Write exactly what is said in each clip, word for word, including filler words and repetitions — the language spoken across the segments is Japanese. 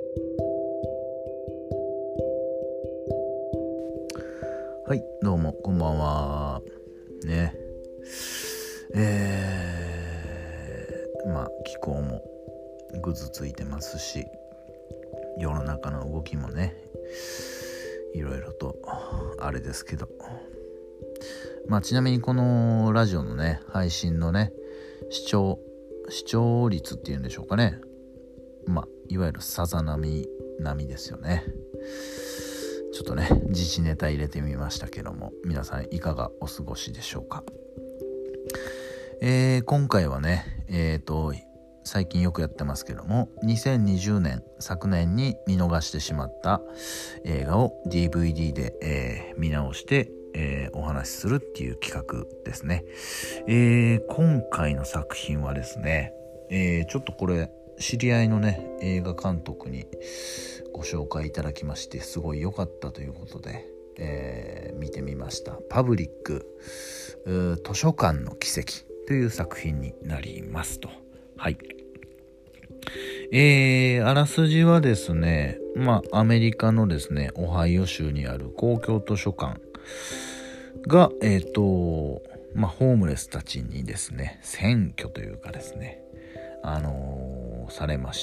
はい、どうもこんばんは。ねえー、まあ気候もぐずついてますし、世の中の動きもねいろいろとあれですけど、まあちなみにこのラジオのね配信のね視聴視聴率っていうんでしょうかね、まあいわゆるさざ波並みですよね。ちょっとね時事ネタ入れてみましたけども、皆さんいかがお過ごしでしょうか。えー、今回はねえーと最近よくやってますけども、にせんにじゅうねん昨年に見逃してしまった映画を ディーブイディー で、えー、見直して、えー、お話しするっていう企画ですね。えー、今回の作品はですね、えー、ちょっとこれ知り合いのね映画監督にご紹介いただきまして、すごい良かったということで、えー、見てみました。パブリック図書館の奇跡という作品になりますと。はい。えー、あらすじはですね、まあアメリカのですねオハイオ州にある公共図書館がえっとまあホームレスたちにですね占拠というかですねあのー、されまして、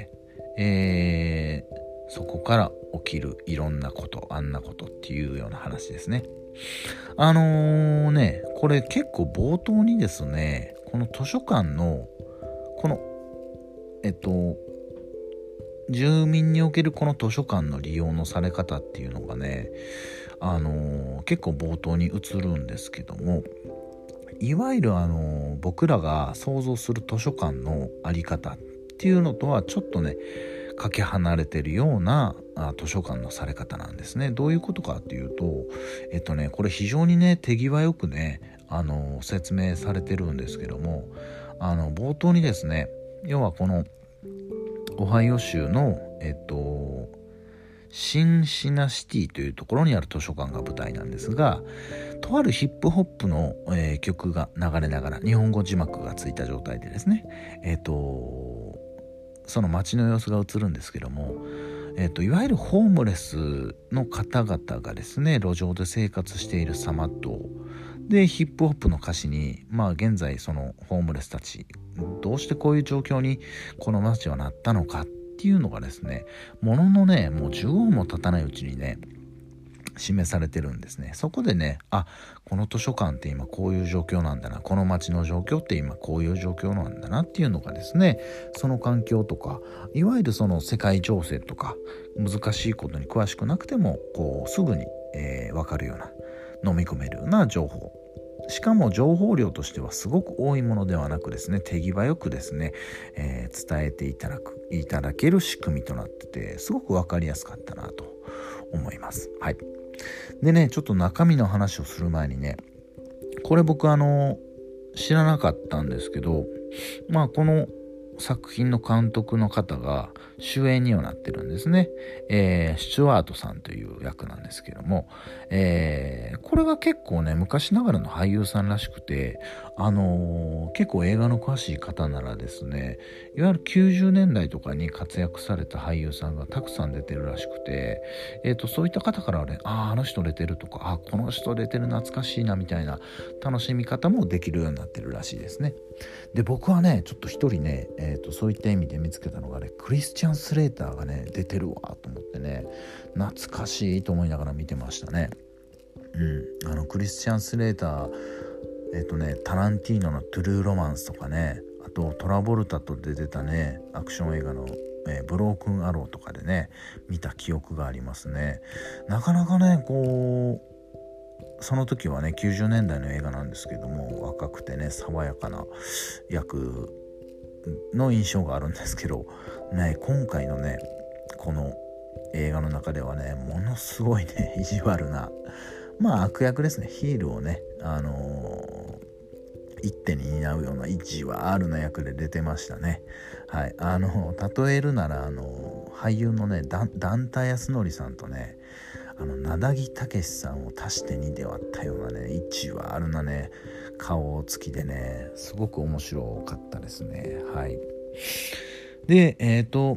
えー、そこから起きるいろんなことあんなことっていうような話ですね。あのー、ねこれ結構冒頭にですね、この図書館のこのえっと住民におけるこの図書館の利用のされ方っていうのがね、あのー、結構冒頭に映るんですけども、いわゆるあのー、僕らが想像する図書館のあり方っていうのとはちょっとねかけ離れてるようなあ図書館のされ方なんですね。どういうことかっていうと、えっとねこれ非常にね手際よくねあのー、説明されてるんですけども、あの冒頭にですね、要はこのオハイオ州のえっとシンシナシティというところにある図書館が舞台なんですが、とあるヒップホップの、えー、曲が流れながら日本語字幕がついた状態でですね、えっとその街の様子が映るんですけども、えっといわゆるホームレスの方々がですね路上で生活している様と、でヒップホップの歌詞にまあ現在そのホームレスたちどうしてこういう状況にこの街はなったのかっていうのがですね、もののねもうじゅうごふんも経たないうちにね示されてるんですね。そこでね、あ、この図書館って今こういう状況なんだな、この街の状況って今こういう状況なんだなっていうのがですね、その環境とかいわゆるその世界情勢とか難しいことに詳しくなくてもこうすぐに、えー、分かるような飲み込めるような情報、しかも情報量としてはすごく多いものではなくですね、手際よくですね、えー、伝えていただくいただける仕組みとなってて、すごく分かりやすかったなと思います。はい。でね、ちょっと中身の話をする前にね、これ僕あの知らなかったんですけど、まあこの作品の監督の方が主演にはなってるんですね。えー、スチュワートさんという役なんですけども、えー、これが結構ね昔ながらの俳優さんらしくて、あのー、結構映画の詳しい方ならですね、いわゆるきゅうじゅうねんだいとかに活躍された俳優さんがたくさん出てるらしくて、えーと、そういった方からはね、あああの人出てるとか、あこの人出てる懐かしいなみたいな楽しみ方もできるようになってるらしいですね。で僕はねちょっと一人ね、えーと、そういった意味で見つけたのがね、クリスチャン・スレーターがね出てるわと思ってね、懐かしいと思いながら見てましたね。うん、あのクリスチャン・スレーター、えっ、ー、とねタランティーノのトゥルーロマンスとかね、あとトラボルタと出てたねアクション映画の、えー、ブロークンアローとかでね見た記憶がありますね。なかなかねこうその時はねきゅうじゅうねんだいの映画なんですけども、若くてね爽やかな役の印象があるんですけどね、今回のねこの映画の中ではねものすごいね意地悪な、まあ悪役ですね、ヒールをねあのー、一手に担うような意地悪な役で出てましたね。はい、あの例えるならあの俳優のね段田康則さんとねあの名田木武さんを足してにで割ったようなね意地悪なね顔つきでねすごく面白かったですね。はい。でえっ、ー、と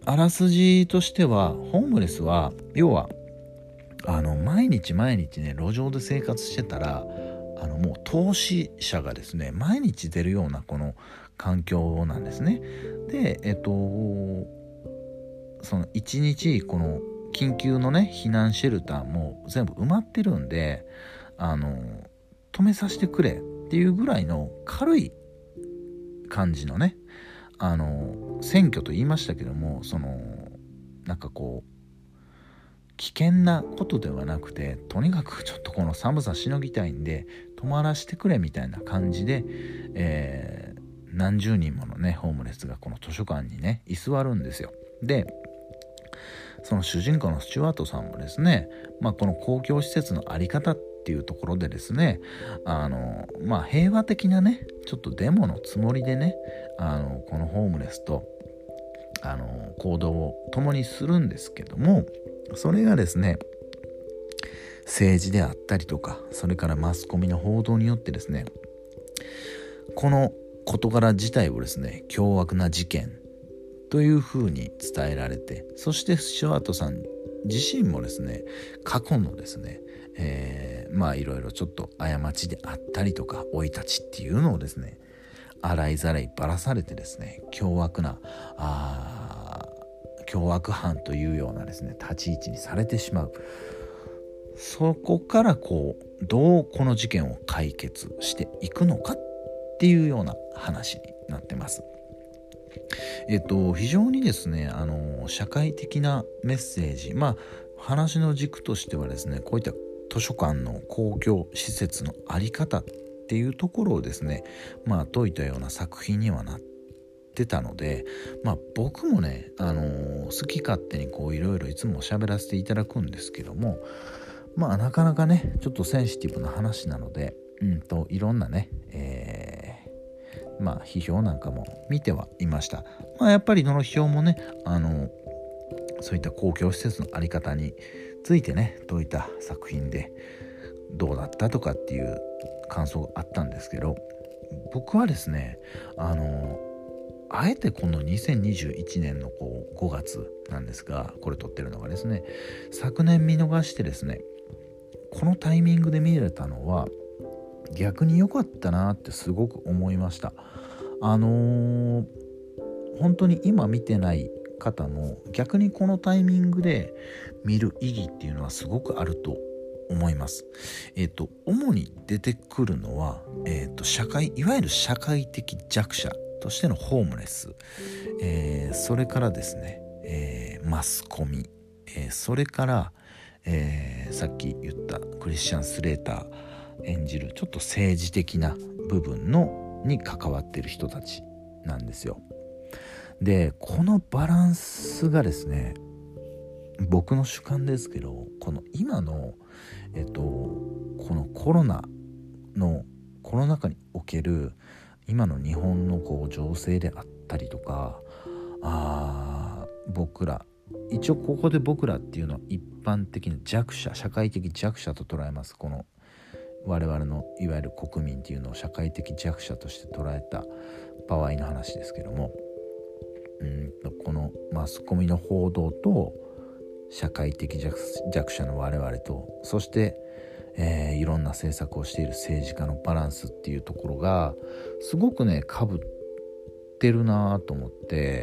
あらすじとしては、ホームレスは要はあの毎日毎日ね路上で生活してたら、あのもう投資者がですね毎日出るようなこの環境なんですね。でえっとその一日この緊急のね避難シェルターも全部埋まってるんで、あの止めさせてくれっていうぐらいの軽い感じのね、あの選挙と言いましたけども、そのなんかこう危険なことではなくて、とにかくちょっとこの寒さしのぎたいんで泊まらせてくれみたいな感じで、えー、何十人ものねホームレスがこの図書館にね居座るんですよ。でその主人公のスチュワートさんもですね、まあ、この公共施設の在り方っていうところでですね、あのまあ平和的なねちょっとデモのつもりでね、あのこのホームレスとあの行動を共にするんですけども、それがですね政治であったりとか、それからマスコミの報道によってですね、この事柄自体をですね凶悪な事件というふうに伝えられて、そしてスチュワートさん自身もですね過去のですね、えー、まあいろいろちょっと過ちであったりとか生い立ちっていうのをですね洗いざらいばらされてですね、凶悪なあ凶悪犯というようなですね立ち位置にされてしまう。そこからこうどうこの事件を解決していくのかっていうような話になってます。えっと非常にですねあの社会的なメッセージ、まあ話の軸としてはですね、こういった図書館の公共施設の在り方っていうところをですねまあ説いたような作品にはなってたので、まあ僕もねあの好き勝手にこういろいろいつも喋らせていただくんですけども、まあなかなかねちょっとセンシティブな話なので、うんといろんなね、えー、まあ批評なんかも見てはいました。まあやっぱりその批評もね、あのそういった公共施設の在り方についてねどういった作品でどうだったとかっていう感想があったんですけど、僕はですねあのあえてこのにせんにじゅういちねんのこうごがつなんですが、これ撮ってるのがですね昨年見逃してですねこのタイミングで見れたのは逆に良かったなってすごく思いました。あのー、本当に今見てない方も逆にこのタイミングで見る意義っていうのはすごくあると思います。えっと主に出てくるのは、えっと社会いわゆる社会的弱者としてのホームレス、えー、それからですね、えー、マスコミ、えー、それから、えー、さっき言ったクリスチャン・スレーター演じるちょっと政治的な部分のに関わっている人たちなんですよ。でこのバランスがですね僕の主観ですけど、この今のえっとこのコロナのコロナ禍における今の日本のこう情勢であったりとか、あ僕ら一応ここで僕らっていうのは一般的な弱者、社会的弱者と捉えます。この我々のいわゆる国民っていうのを社会的弱者として捉えた場合の話ですけども、うんとこのマスコミの報道と社会的 弱, 弱者の我々と、そして、えー、いろんな政策をしている政治家のバランスっていうところがすごくね被ってるなと思って、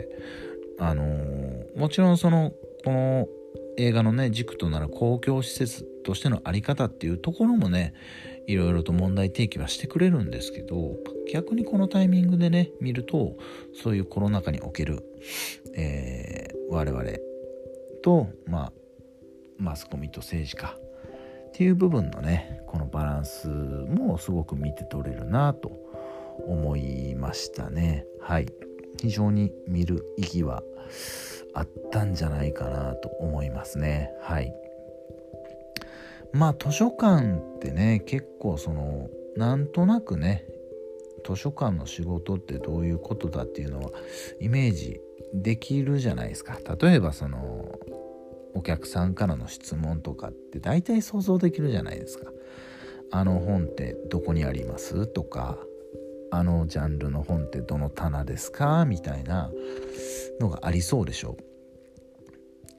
あのー、もちろんそのこの映画のね軸となる公共施設としての在り方っていうところもねいろいろと問題提起はしてくれるんですけど、逆にこのタイミングでね見るとそういうコロナ禍における、えー、我々と、まあ、マスコミと政治家っていう部分のねこのバランスもすごく見て取れるなと思いましたね。はい、非常に見る意義はあったんじゃないかなと思いますね。はい。まあ図書館ってね結構そのなんとなくね図書館の仕事ってどういうことだっていうのはイメージできるじゃないですか。例えばそのお客さんからの質問とかって大体想像できるじゃないですか。あの本ってどこにありますとか、あのジャンルの本ってどの棚ですかみたいなのがありそうでしょ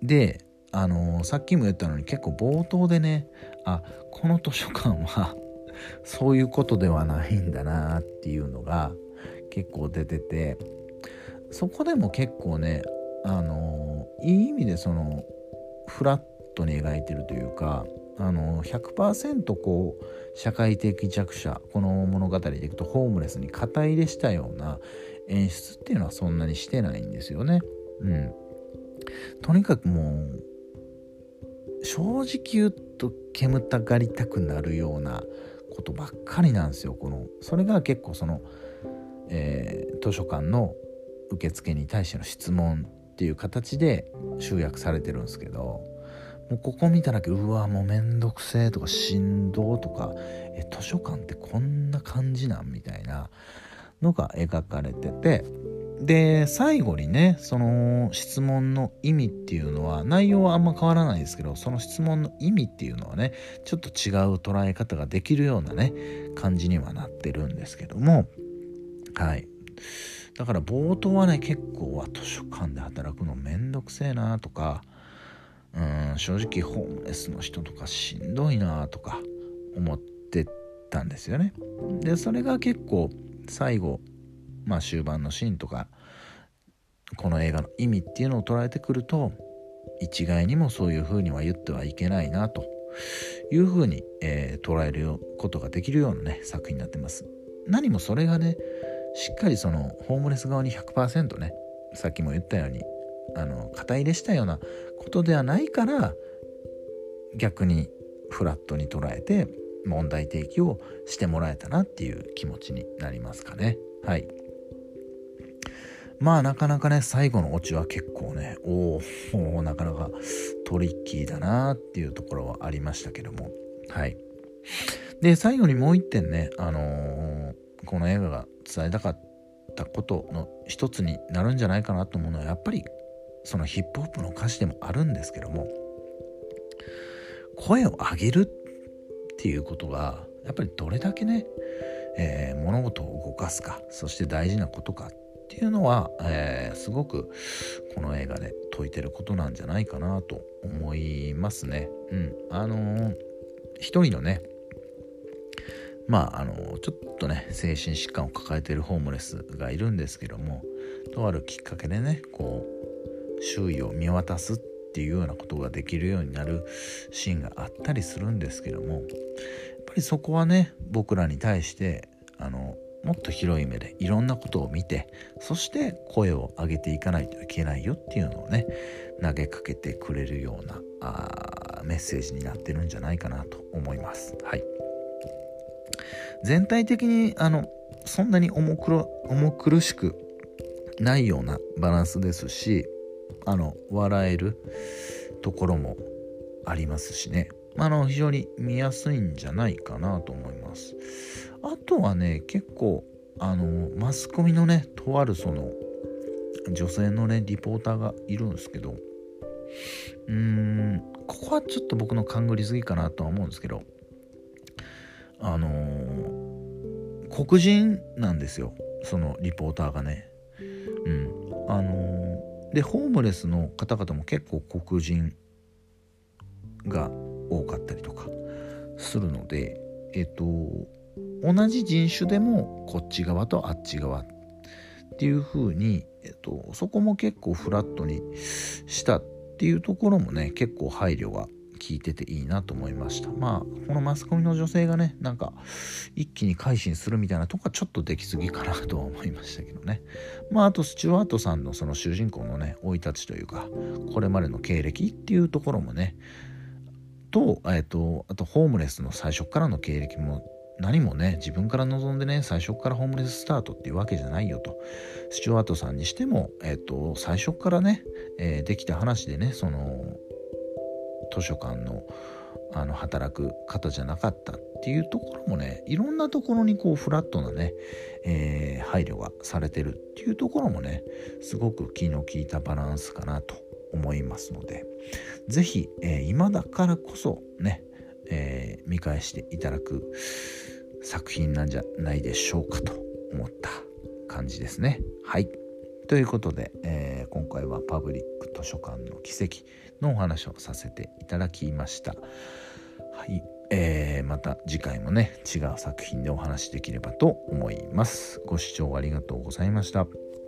であのー、さっきも言ったのに結構冒頭でね、あ、この図書館はそういうことではないんだなっていうのが結構出てて、そこでも結構ね、あのー、いい意味でそのフラットに描いてるというか、あの ひゃくパーセント こう社会的弱者、この物語でいくとホームレスに肩入れしたような演出っていうのはそんなにしてないんですよね。うん。とにかくもう正直言うと煙たがりたくなるようなことばっかりなんですよ。このそれが結構その、えー、図書館の受付に対しての質問っていう形で集約されてるんですけど、もうここ見ただけうわもうめんどくせえとか振動とか、え図書館ってこんな感じなんみたいなのが描かれてて、で最後にねその質問の意味っていうのは内容はあんま変わらないですけど、その質問の意味っていうのはねちょっと違う捉え方ができるようなね感じにはなってるんですけども、はい。だから冒頭はね結構は図書館で働くのめんどくせえなとか、うん正直ホームレスの人とかしんどいなとか思ってたんですよね。でそれが結構最後、まあ終盤のシーンとかこの映画の意味っていうのを捉えてくると、一概にもそういう風には言ってはいけないなという風に、えー、捉えることができるようなね作品になってます。何もそれがねしっかりそのホームレス側に ひゃくパーセント ね、さっきも言ったようにあの肩入れしたようなことではないから、逆にフラットに捉えて問題提起をしてもらえたなっていう気持ちになりますかね。はい。まあなかなかね最後のオチは結構ねおおなかなかトリッキーだなっていうところはありましたけども、はい。で最後にもう一点ね、あのー、この映画が伝えたかったことの一つになるんじゃないかなと思うのは、やっぱりそのヒップホップの歌詞でもあるんですけども、声を上げるっていうことがやっぱりどれだけね、えー、物事を動かすか、そして大事なことかっていうのは、えー、すごくこの映画で説いてることなんじゃないかなと思いますね。うん、あのー、一人のねまああのちょっとね精神疾患を抱えているホームレスがいるんですけども、とあるきっかけでねこう周囲を見渡すっていうようなことができるようになるシーンがあったりするんですけども、やっぱりそこはね僕らに対してあのもっと広い目でいろんなことを見て、そして声を上げていかないといけないよっていうのをね投げかけてくれるようなあメッセージになってるんじゃないかなと思います。はい。全体的にあのそんなに重苦重苦しくないようなバランスですし、あの笑えるところもありますしね、あの非常に見やすいんじゃないかなと思います。あとはね結構あのマスコミのねとあるその女性のねリポーターがいるんですけど、うーんここはちょっと僕の勘ぐりすぎかなとは思うんですけど、あのー、黒人なんですよそのリポーターがね。うんあのー、でホームレスの方々も結構黒人が多かったりとかするので、えっと同じ人種でもこっち側とあっち側っていう風に、えっとそこも結構フラットにしたっていうところもね結構配慮が聞いてていいなと思いました。まあこのマスコミの女性がねなんか一気に改心するみたいなとこはちょっとできすぎかなとは思いましたけどね。まああとスチュワートさんのその主人公のね生い立ちというかこれまでの経歴っていうところもねと、えっとあとホームレスの最初からの経歴も何もね自分から望んでね最初からホームレススタートっていうわけじゃないよと。スチュワートさんにしても、えっと最初からね、えー、できた話でねその図書館のあの働く方じゃなかったっていうところもねいろんなところにこうフラットなね、えー、配慮がされてるっていうところもねすごく気の利いたバランスかなと思いますので、ぜひ、えー、今だからこそね、えー、見返していただく作品なんじゃないでしょうかと思った感じですね。はい。 ということで、えー、今回はパブリック図書館の奇跡のお話をさせていただきました。はい、えー、また次回もね違う作品でお話しできればと思います。ご視聴ありがとうございました。